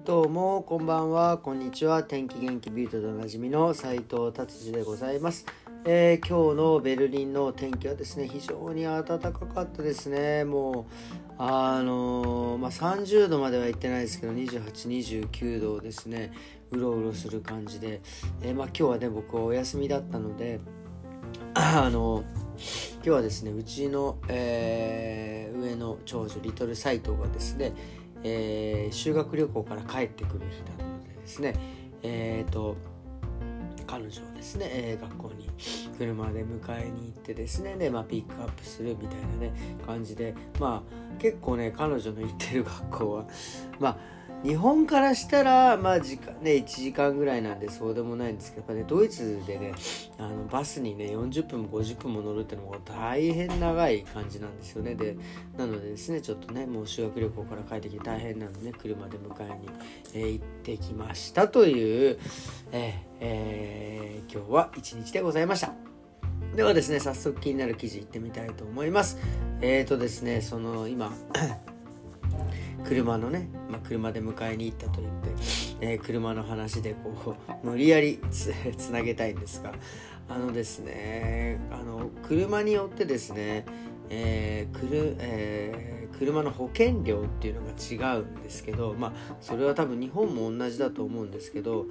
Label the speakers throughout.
Speaker 1: どうもこんばんは、こんにちは。天気元気ビュートでおなじみの斉藤達治でございます。今日のベルリンの天気はですね、非常に暖かかったですね。もう30度までは行ってないですけど、28、29度ですね、うろうろする感じで、今日はね、僕はお休みだったので今日はですね、うちの、上の長女リトル斉藤がですね、修学旅行から帰ってくる日なのでですね、彼女をですね、学校に車で迎えに行ってですね、でピックアップするみたいなね感じで、結構ね、彼女の行ってる学校は日本からしたら時間ね1時間ぐらいなんでそうでもないんですけど、やっぱねドイツでねバスにね40分も50分も乗るっていうのも大変長い感じなんですよね。でなのでですね、ちょっとねもう修学旅行から帰ってきて大変なのでね、車で迎えに、行ってきましたという、今日は一日でございました。ではですね、早速気になる記事いってみたいと思います。ですね、その今車のね、車で迎えに行ったと言って、車の話でこう無理やりつなげたいんですが、ですね、車によってですね、車の保険料っていうのが違うんですけど、それは多分日本も同じだと思うんですけど、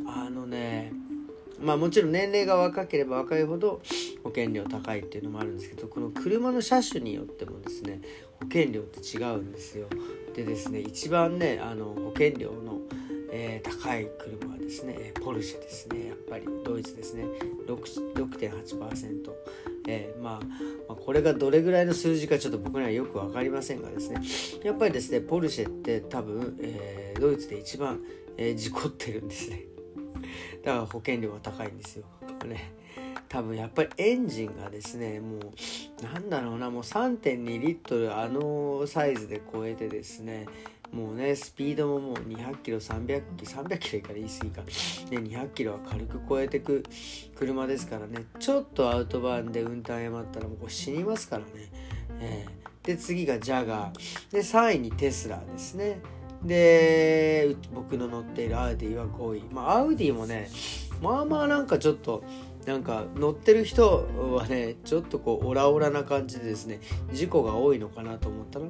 Speaker 1: もちろん年齢が若ければ若いほど保険料高いっていうのもあるんですけど、この車の車種によってもですね保険料って違うんですよ。でですね、一番ね保険料の、高い車はですねポルシェですね。やっぱりドイツですね 6.8%、これがどれぐらいの数字かちょっと僕にはよく分かりませんがですね、やっぱりですねポルシェって多分、ドイツで一番、事故ってるんですね。だから保険料が高いんですよね。多分やっぱりエンジンがですね、もうもう 3.2 リットルサイズで超えてですね、もうねスピードももう200キロ300キロいから言い過ぎか、ね、200キロは軽く超えてく車ですからね、ちょっとアウトバーンで運転誤ったらもう死にますからね。で次がジャガーで、3位にテスラですね。で僕の乗っているアウディは5位。アウディもねなんかちょっとなんか乗ってる人はねちょっとこうオラオラな感じでですね、事故が多いのかなと思ったら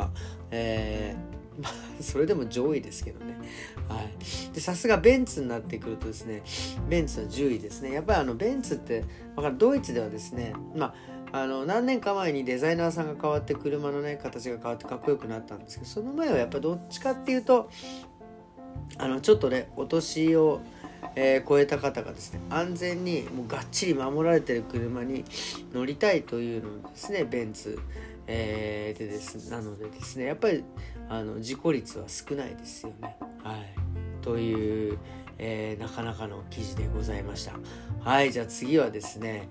Speaker 1: それでも上位ですけどね。でさすがベンツになってくるとですね、ベンツは10位ですね。やっぱりベンツってドイツではですね、何年か前にデザイナーさんが変わって車のね形が変わってかっこよくなったんですけど、その前はやっぱどっちかっていうとちょっとねお年を、超えた方がですね安全にもうがっちり守られてる車に乗りたいというのですね、ベンツ、でですなのでですね、やっぱり事故率は少ないですよね。という、なかなかの記事でございました。じゃあ次はですね、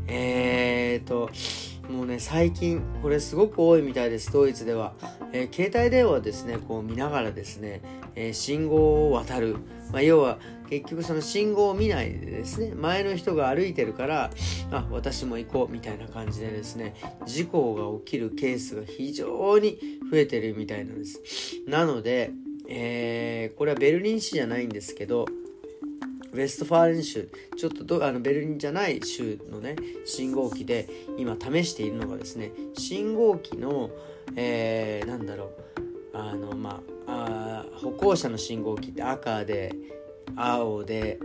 Speaker 1: もうね最近これすごく多いみたいです、ドイツでは。携帯電話をですねこう見ながらですね、信号を渡る、要は結局その信号を見ないでですね、前の人が歩いてるから私も行こうみたいな感じでですね、事故が起きるケースが非常に増えてるみたいなんです。なので、これはベルリン市じゃないんですけど、ウェストファーレン州、ちょっとベルリンじゃない州のね信号機で今試しているのがですね、信号機の、歩行者の信号機って赤で青で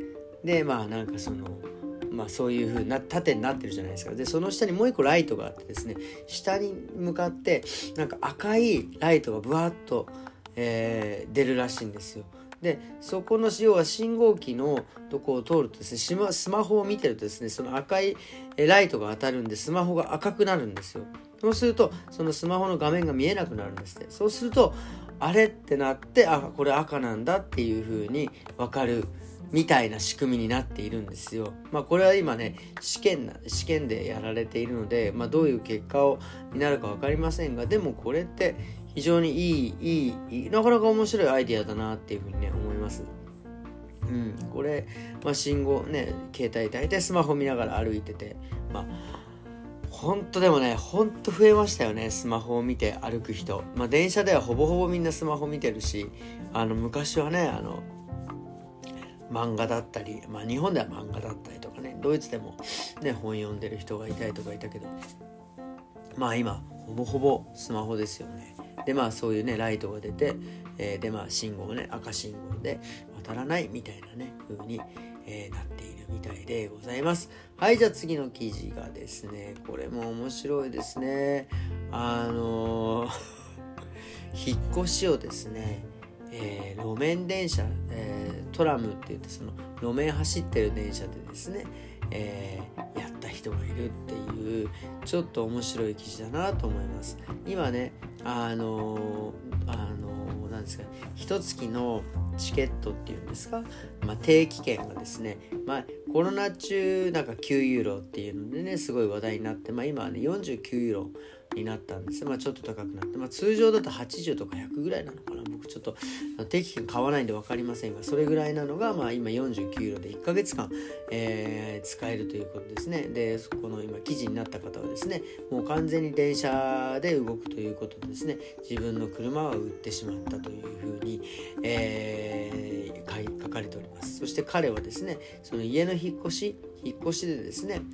Speaker 1: そういう風な縦になってるじゃないですか。でその下にもう一個ライトがあってですね、下に向かって赤いライトがブワーッと、出るらしいんですよ。でそこの要は信号機のとこを通るとですね、スマホを見てるとですね、その赤いライトが当たるんでスマホが赤くなるんですよ。そうするとそのスマホの画面が見えなくなるんですね。そうするとあれってなって、これ赤なんだっていう風に分かるみたいな仕組みになっているんですよ。これは今ね試験でやられているので、どういう結果になるか分かりませんが、でもこれって非常にいいなかなか面白いアイディアだなっていうふうにね思います。これ、信号ね、携帯大体スマホ見ながら歩いてて、 ほんとでもね、ほんと増えましたよね、スマホを見て歩く人。電車ではほぼほぼみんなスマホ見てるし、昔はね漫画だったり、日本では漫画だったりとかね、ドイツでもね本読んでる人がいたりとかいたけど、今ほぼほぼスマホですよね。でそういうねライトが出て、で信号ね、赤信号で渡らないみたいなね風に、なっているみたいでございます。はい、じゃあ次の記事がですね、これも面白いですね。引っ越しをですね、路面電車、トラムって言ってその路面走ってる電車でですね、やった人がいるっていうちょっと面白い記事だなと思います。今ねなんですか、一月のチケットっていうんですか、定期券がですね、コロナ中なんか9ユーロっていうのでねすごい話題になって、今はね49ユーロになったんです。ちょっと高くなって、通常だと80とか100ぐらいなのかな。僕ちょっと定期券買わないんで分かりませんが、それぐらいなのが、今49ユーロで1ヶ月間、使えるということですね。でこの今記事になった方はですね、もう完全に電車で動くということでですね、自分の車は売ってしまったというふうに、書かれております。そして彼はですね、その家の引っ越しでですね、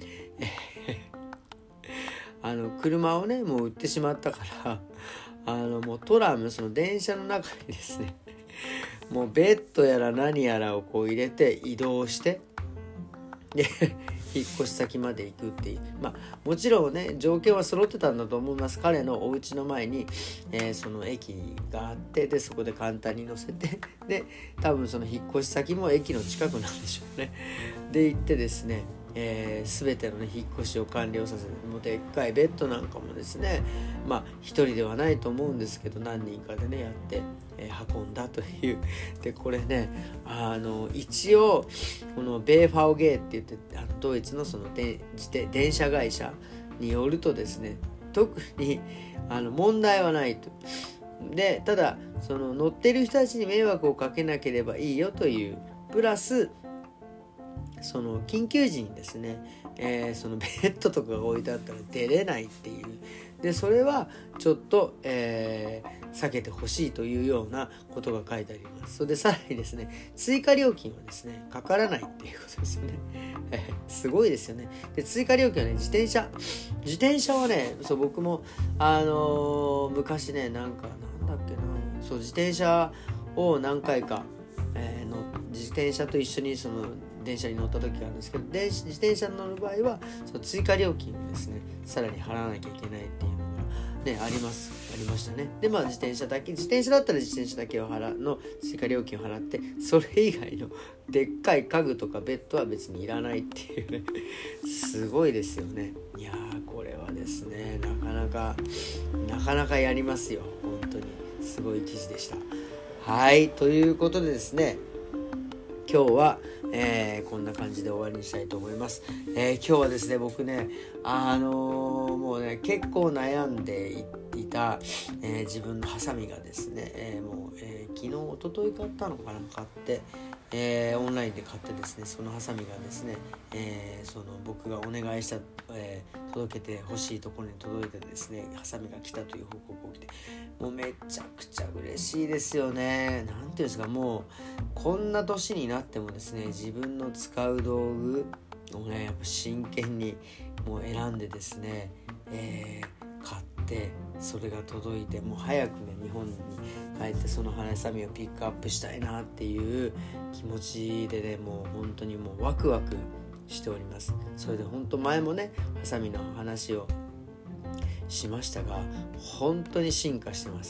Speaker 1: 車をねもう売ってしまったからもうトラム、その電車の中にですねもうベッドやら何やらをこう入れて移動してで引っ越し先まで行くっていう、もちろんね条件は揃ってたんだと思います。彼のお家の前に、その駅があって、でそこで簡単に乗せて、で多分その引っ越し先も駅の近くなんでしょうね。で行ってですね、全ての、引っ越しを完了させて、もうでっかいベッドなんかもですね、一人ではないと思うんですけど何人かでねやって、運んだという。でこれね一応このベーファオゲーって言ってドイツのその電車会社によるとですね、特に問題はないと。でただその乗ってる人たちに迷惑をかけなければいいよというプラス、その緊急時にですね、そのベッドとかが置いてあったら出れないっていう。でそれはちょっと、避けてほしいというようなことが書いてあります。それでさらにですね、追加料金はですねかからないっていうことですよね。すごいですよね。で追加料金はね、自転車はね、僕も昔ねなんだっけな、自転車を何回か、自転車と一緒にその電車に乗った時があるんですけど、自転車に乗る場合はその追加料金をですねさらに払わなきゃいけないっていうのがねありましたね。で自転車だったら自転車だけの追加料金を払って、それ以外のでっかい家具とかベッドは別にいらないっていうねすごいですよね。いやーこれはですねなかなかやりますよ。本当にすごい記事でした。はい、ということでですね、今日は、こんな感じで終わりにしたいと思います。今日はですね僕ねもうね結構悩んでいた、自分のハサミがですね、昨日一昨日買ったのかな、買って、オンラインで買ってですね、そのハサミがですね、その僕がお願いした、届けてほしいところに届いてですね、ハサミが来たという報告を来て、もうめちゃくちゃ嬉しいですよね。なんていうんですか、もうこんな年になってもですね、自分の使う道具をねやっぱ真剣にもう選んでですね、買ってそれが届いて、もう早くね日本に帰ってそのハサミをピックアップしたいなっていう気持ちでね、もう本当にもうワクワクしております。それで本当前もねハサミの話をしましたが、本当に進化してます、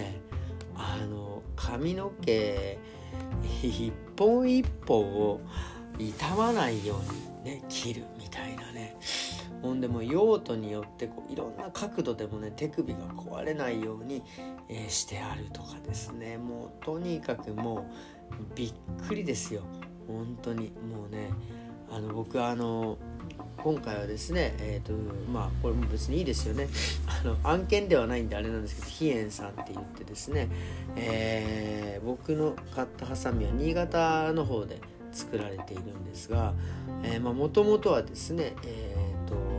Speaker 1: 髪の毛一本一本を傷まないようにね切るみたいなね。ほんでもう用途によっていろんな角度でもね手首が壊れないように、してあるとかですね。もうとにかくもうびっくりですよ本当に。もうね僕今回はですねこれも別にいいですよね。案件ではないんであれなんですけど、ヒエンさんって言ってですね、僕の買ったハサミは新潟の方で作られているんですが、もともとはですね、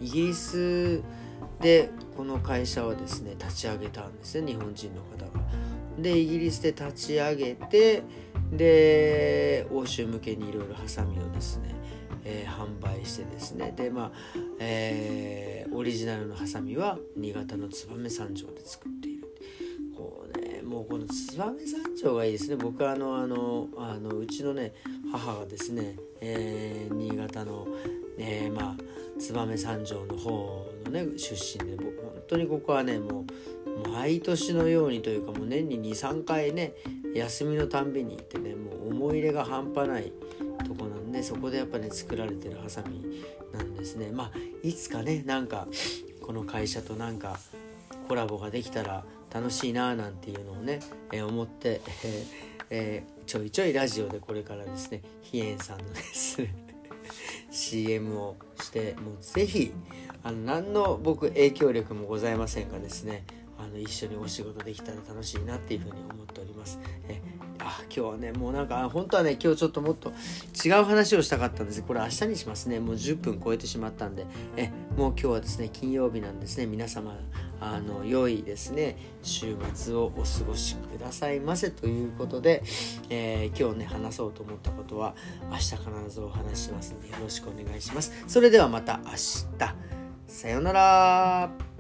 Speaker 1: イギリスでこの会社はですね立ち上げたんですね、日本人の方が。でイギリスで立ち上げて、で欧州向けにいろいろハサミをですね、販売してですね、でオリジナルのハサミは新潟の燕三条で作っている。もうこの燕三条がいいですね。僕はうちのね母がですね、新潟の、燕三条の方のね出身で、僕本当にここはねもう毎年のようにというか、もう年に 2,3 回ね休みのたんびに行ってね、もう思い入れが半端ないとこなんで、そこでやっぱね作られてるハサミなんですね。いつかねなんかこの会社となんかコラボができたら楽しいななんていうのをね、思って、ちょいちょいラジオでこれからですねヒエンさんのですねCM をして、もうぜひ何の僕影響力もございませんがですね、一緒にお仕事できたら楽しいなっていうふうに思っております。今日はねもうなんか本当はね今日ちょっともっと違う話をしたかったんです。これ明日にしますね。もう10分超えてしまったんで、もう今日はですね金曜日なんですね。皆様良いですね週末をお過ごしくださいませということで、今日ね話そうと思ったことは明日必ずお話ししますのでよろしくお願いします。それではまた明日、さようなら。